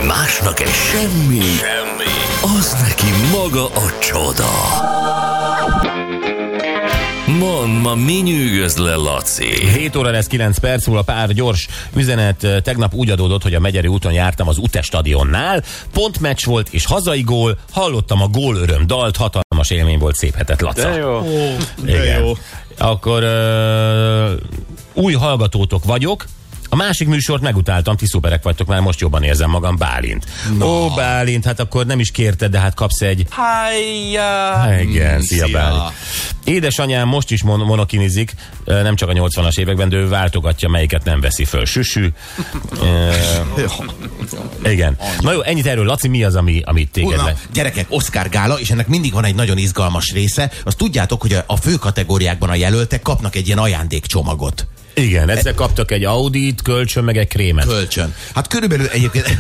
Másnak egy semmi, az neki maga a csoda. Mondd, ma mi nyűgöz le, Laci? 7 óra lesz 9 perc múlva, pár gyors üzenet. Tegnap úgy adódott, hogy a Megyeri úton jártam az UTE stadionnál. Pontmeccs volt és hazai gól. Hallottam a gólöröm dalt, hatalmas élmény volt, szép hetet, Laca. De jó. De jó. Akkor új hallgatótok vagyok. A másik műsort megutáltam, ti szuperek vagytok, már most jobban érzem magam, Bálint. Ó, Bálint, hát akkor nem is kérted, de hát kapsz egy... Hájjá! Igen, szia Bálint. Édesanyám most is monokinizik, nem csak a 80-as években, de ő váltogatja, melyiket nem veszi föl. Süsű. Igen. Na jó, ennyit erről. Laci, mi az, amit téged le... Gyerekek, Oscar gála, és ennek mindig van egy nagyon izgalmas része. Azt tudjátok, hogy a fő kategóriákban a jelöltek kapnak egy ilyen ajándékcsomagot. Igen, egyszer kaptak egy Audit, kölcsön, meg egy krémet. Kölcsön. Hát körülbelül egyébként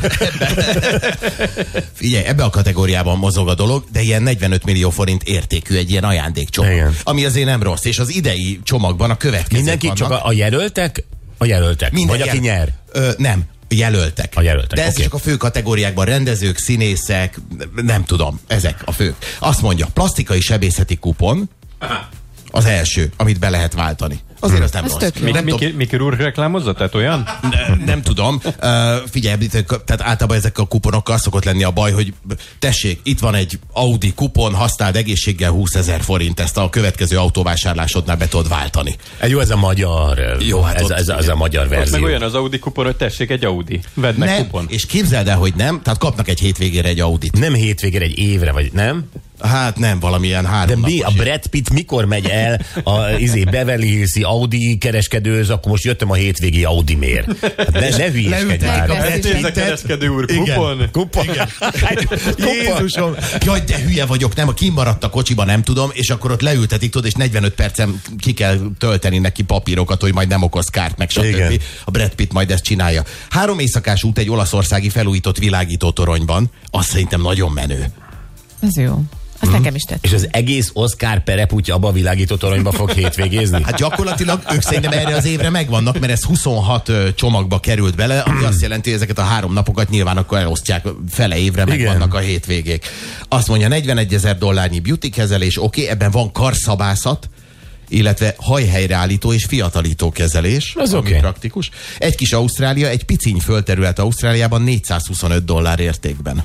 figyelj, ebbe a kategóriában mozog a dolog, de ilyen 45 millió forint értékű egy ilyen ajándékcsomag. Igen. Ami azért nem rossz, és az idei csomagban a következők mindenki vannak. Csak a jelöltek? A jelöltek. Minden vagy aki nyer? Nem. Jelöltek. A jelöltek. De ez csak a fő kategóriákban rendezők, színészek, nem tudom, ezek a fők. Azt mondja, plastikai sebészeti kupon az első, amit be lehet váltani. Azért az nem rossz. Mikor úr reklámozza? Tehát olyan? Nem tudom. Figyelj, tehát általában ezek a kuponokkal szokott lenni a baj, hogy tessék, itt van egy Audi kupon, használd egészséggel 20 000 forint, ezt a következő autóvásárlásodnál be tudod váltani. Jó, ez a magyar. Jó, hát ez a magyar verzió. Meg olyan az Audi kupon, hogy tessék egy Audi. Vedd meg kupon. És képzeld el, hogy nem, tehát kapnak egy hétvégére egy Audit. Nem hétvégére, egy évre, vagy nem? Hát nem, valamilyen 3 napos. De a Brad Pitt mikor megy el a Beverly Hills-i Audi kereskedőhöz, akkor most jöttem a hétvégi Audi mér. Hát ne hülyeskedj már. Ez a kereskedő úr, kupon? Kupon. Jézusom. Jaj, de hülye vagyok, nem, kimaradt a kocsiba, nem tudom, és akkor ott leültetik, tudod, és 45 percen ki kell tölteni neki papírokat, hogy majd nem okoz kárt, meg stb. A Brad Pitt majd ezt csinálja. 3 éjszakás út egy olaszországi felújított világító toronyban, azt szerintem nagyon menő. Ez jó. Azt nekem is tett. És az egész Oscar pereputya abba a világító toronyba fog hétvégézni? Hát gyakorlatilag ők szerintem erre az évre megvannak, mert ez 26 csomagba került bele, ami azt jelenti, hogy ezeket a 3 napokat nyilván akkor elosztják fele évre, megvannak a hétvégék. Azt mondja, $41 000 beauty kezelés, oké, ebben van karszabászat, illetve hajhelyreállító és fiatalító kezelés. Ez ami praktikus. Egy kis Ausztrália, egy piciny földterület Ausztráliában $425 értékben.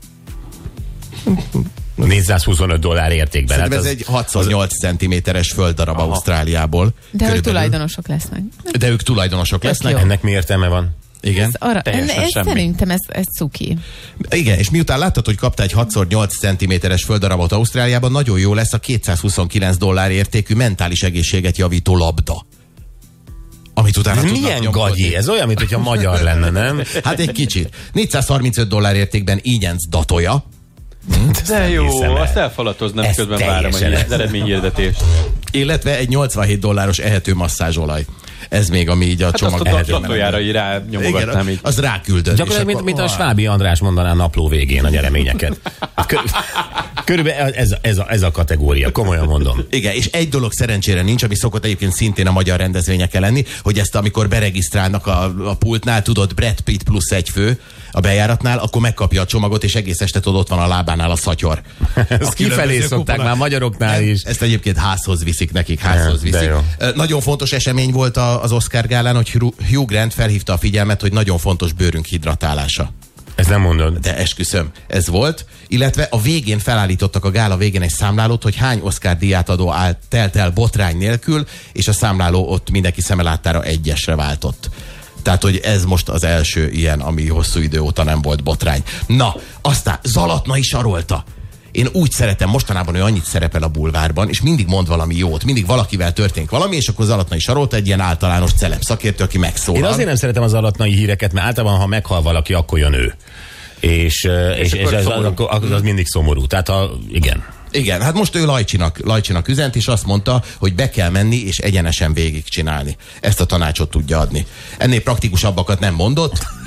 $425 értékben. Szerintem ez egy 6x8 centiméteres földdarab Ausztráliából. De ők tulajdonosok lesznek. De ők tulajdonosok lesznek. Ennek mi értelme van? Igen. Szerintem ez cuki. Igen, és miután láttad, hogy kaptál egy 6x8 centiméteres földdarabot Ausztráliában, nagyon jó lesz a $229 értékű mentális egészséget javító labda. Amit utána ez milyen gagyi? Ez olyan, mintha magyar lenne, nem? Hát egy kicsit. $435 értékben Ígyenc datója. De jó, azt elfalatoznám, közben várom az eredményhirdetést. Illetve egy $87 ehető masszázsolaj. Ez még, ami így a csomag ehető. Hát azt a rá nyomogatnám így. Az ráküldöd. Gyakorlatilag, mint a Svábi András mondaná napló végén a nyereményeket. Körülbelül ez a kategória, komolyan mondom. Igen, és egy dolog szerencsére nincs, ami szokott egyébként szintén a magyar rendezvényeken lenni, hogy ezt amikor beregisztrálnak a pultnál, tudod, Brad Pitt plusz egy fő a bejáratnál, akkor megkapja a csomagot, és egész este tudod, ott van a lábánál a szatyor. Ezt kifelé szokták már magyaroknál is. Ezt egyébként házhoz viszik nekik, házhoz viszik. Nagyon fontos esemény volt az Oscar gálán, hogy Hugh Grant felhívta a figyelmet, hogy nagyon fontos bőrünk hidratálása. Ez nem mondod. De esküszöm, ez volt. Illetve a végén felállítottak a gála végén egy számlálót, hogy hány Oscar díjátadó telt el botrány nélkül, és a számláló ott mindenki szeme láttára 1-esre váltott. Tehát, hogy ez most az első ilyen, ami hosszú idő óta nem volt botrány. Na, aztán Zalatnai Sarolta. Én úgy szeretem, mostanában ő annyit szerepel a bulvárban, és mindig mond valami jót, mindig valakivel történik valami, és akkor Zalatnai Sarolta egy ilyen általános celeb szakértő, aki megszólal. Én azért nem szeretem az Zalatnai híreket, mert általában, ha meghal valaki, akkor jön ő. És az mindig szomorú. Tehát igen. Igen, hát most ő Lajcsinak üzent, és azt mondta, hogy be kell menni és egyenesen végigcsinálni. Ezt a tanácsot tudja adni. Ennél praktikusabbakat nem mondott,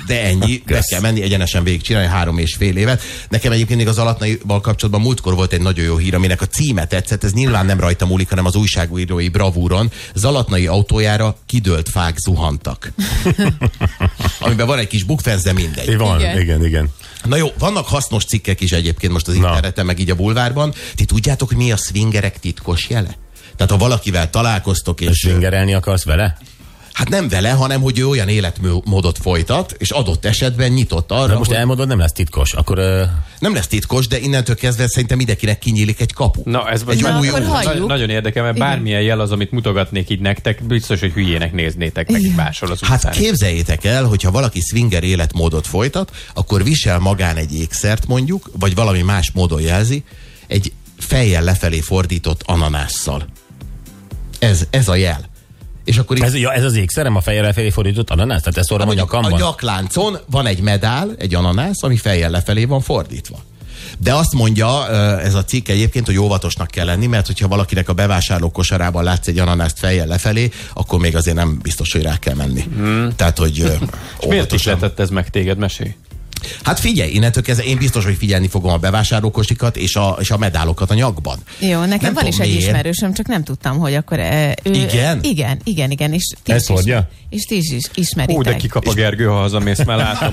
De ennyi, be kell menni, egyenesen végigcsinálni 3,5 évet. Nekem egyébként még az Alatnaival kapcsolatban múltkor volt egy nagyon jó hír, aminek a címe tetszett, ez nyilván nem rajta múlik, hanem az újságírói bravúron. Zalatnai autójára kidőlt fák zuhantak. Amiben van egy kis bukfenc, de mindegy. Igen. Na jó, vannak hasznos cikkek is egyébként most az interneten, meg így a bulvárban. Ti tudjátok, hogy mi a swingerek titkos jele? Tehát ha valakivel találkoztok és... Swingerelni akarsz vele? Hát nem vele, hanem hogy ő olyan életmódot folytat, és adott esetben nyitott arra, de most elmondod, nem lesz titkos, akkor... Nem lesz titkos, de innentől kezdve szerintem mindenkinek kinyílik egy kapu. Na, ez egy nagyon érdekel, mert bármilyen jel az, amit mutogatnék így nektek, biztos, hogy hülyének néznétek meg máshol az utcán. Hát képzeljétek el, hogyha valaki swinger életmódot folytat, akkor visel magán egy ékszert mondjuk, vagy valami más módon jelzi, egy fejjel lefelé fordított ananásszal. Ez a jel. És akkor ez az ékszerem, a fejjel lefelé fordított ananász? Tehát ezt orrom a nyakamban? A nyakláncon van egy medál, egy ananász, ami fejjel lefelé van fordítva. De azt mondja ez a cikk egyébként, hogy óvatosnak kell lenni, mert hogyha valakinek a bevásárló kosarában látsz egy ananászt fejjel lefelé, akkor még azért nem biztos, hogy rá kell menni. Tehát, hogy miért is lehetett ez meg téged, mesélj? Hát figyelj, innentől kezdve én biztos, hogy figyelni fogom a bevásárlókosikat és a medálokat a nyakban. Jó, nekem nem van is egy ismerősöm, csak nem tudtam, hogy akkor ő... Igen? Igen, és ti ezt hordja? És ti is ismeritek. De kikap a Gergő, ha hazamész, már látom.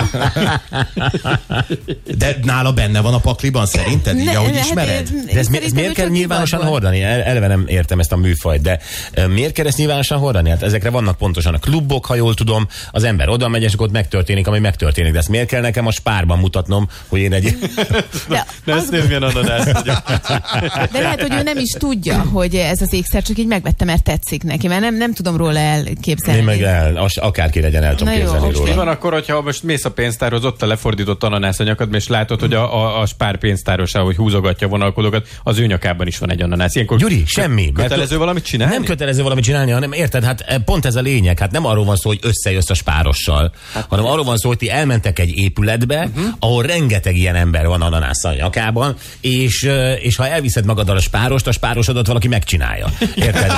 De nála benne van a pakliban szerinted? Így, ahogy ismered? De ez miért kell nyilvánosan hordani? Eleve nem értem ezt a műfajt, de miért kell ezt nyilvánosan hordani? Hát ezekre vannak pontosan a klubok, ha jól tudom, az ember oda megy, és ott megtörténik, ami megtörténik. De ezt miért kell nekem a Spárban mutatnom, hogy én egy... De ezt nem milyen ananász vagyok. De lehet, hogy ő nem is tudja, hogy ez az ékszer, csak így megvette, mert tetszik neki, mert nem tudom róla elképzelni. Én meg akárki legyen, el tudom képzelni róla. Mi van akkor, hogyha most mész a pénztárhoz, ott a lefordított ananász a nyakad, és látod, hogy a Spár pénztárosa, hogy húzogatja a vonalkodókat, az ő nyakában is van egy ananász. Ilyenkor Gyuri, semmi. Kötelező valamit csinálni? Nem kötelező valamit csinálni, hanem érted, hát pont ez a lényeg. Hát nem arról van szó, hogy összejössz a Spárossal, hanem arról van szó, hogy ti elmentek egy épületbe, ahol rengeteg ilyen ember van ananásszal a nyakában, és ha elviszed magaddal a Spárosodat valaki megcsinálja. Érted?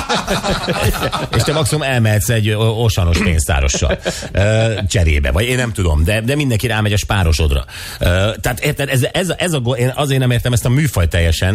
És te maximum elmehetsz egy osanos pénztárossal cserébe, vagy én nem tudom, de mindenki rámegy a Spárosodra. Tehát érted, én azért nem értem ezt a műfajt teljesen,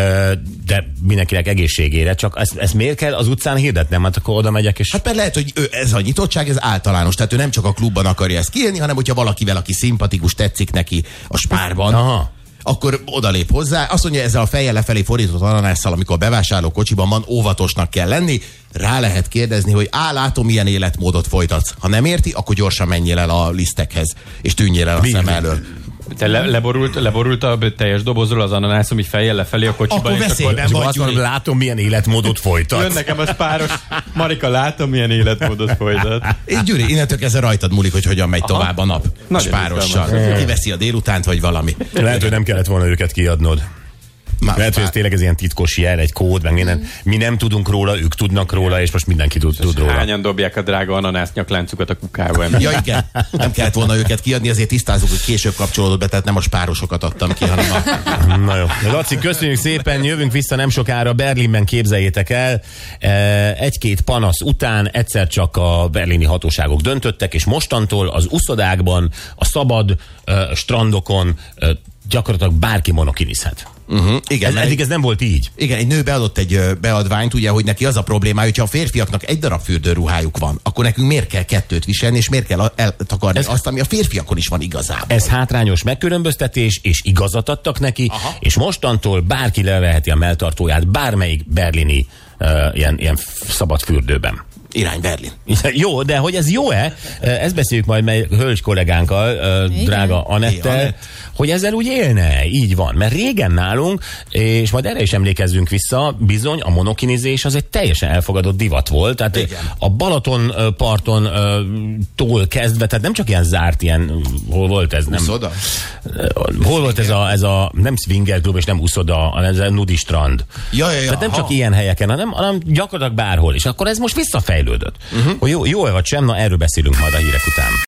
de mindenkinek egészségére, csak ezt miért kell az utcán hirdetnem? Hát akkor oda megyek és... Hát mert lehet, hogy ez a nyitottság, ez általános, tehát ő nem csak a klubban akarja ezt kiélni, hanem hogyha valakivel, aki szimpatikus, tetszik neki a Spárban, akkor odalép hozzá. Azt mondja, ezzel a fejjel lefelé fordított ananásszal, amikor a bevásárló kocsiban van, óvatosnak kell lenni. Rá lehet kérdezni, hogy látom, milyen életmódot folytatsz. Ha nem érti, akkor gyorsan menjél el a lisztekhez, és tűnjél el a szem elől. Te leborult a teljes dobozról az ananász, ami fejjel lefelé a kocsiban. Akkor veszélyben vagy, látom, milyen életmódot folytat. Jön nekem az páros. Marika, látom, milyen életmódot folytat. És Gyuri, innentől kezdve rajtad múlik, hogy hogyan megy tovább a nap. Spárossal. Kiveszi a délutánt, vagy valami. Lehet, hogy nem kellett volna őket kiadnod. Lehet, hogy tényleg ez ilyen titkos jel, egy kód, meg minden. Mi nem tudunk róla, ők tudnak róla, és most mindenki tud róla. Hányan dobják a drága ananász nyakláncukat a kukába? Ja, igen. Nem kellett volna őket kiadni, azért tisztázunk, hogy később kapcsolódott be, tehát nem a Spárosokat adtam ki, hanem a... Na jó. Laci, köszönjük szépen, jövünk vissza nem sokára. Berlinben, képzeljétek el, egy-két panasz után egyszer csak a berlini hatóságok döntöttek, és mostantól az uszodákban, a szabad strandokon gyakorlatilag bárki monokinizhet. Igen, eddig ez nem volt így. Igen, egy nő beadott egy beadványt, ugye, hogy neki az a problémája, hogyha a férfiaknak egy darab fürdőruhájuk van, akkor nekünk miért kell kettőt viselni, és miért kell eltakarni azt, ami a férfiakon is van igazából. Ez hátrányos megkülönböztetés, és igazat adtak neki, és mostantól bárki leveheti a melltartóját bármelyik berlini ilyen szabad fürdőben. Irány Berlin. Jó, de hogy ez jó-e? Ezt beszéljük majd hölgy kollégánkkal, drága Anettel, hogy ezzel úgy élne. Így van. Mert régen nálunk, és majd erre is emlékezzünk vissza, bizony a monokinizés az egy teljesen elfogadott divat volt. Tehát a Balaton parton tól kezdve, tehát nem csak ilyen zárt, ilyen, hol volt ez? Nem, uszoda? Hol volt ez a nem swinger klub, és nem uszoda, hanem ez a nudistrand. Tehát nem csak ilyen helyeken, hanem gyakorlatilag bárhol is. Akkor ez most visszafejlődött. Hogy jó-e vagy sem, na erről beszélünk majd a hírek után.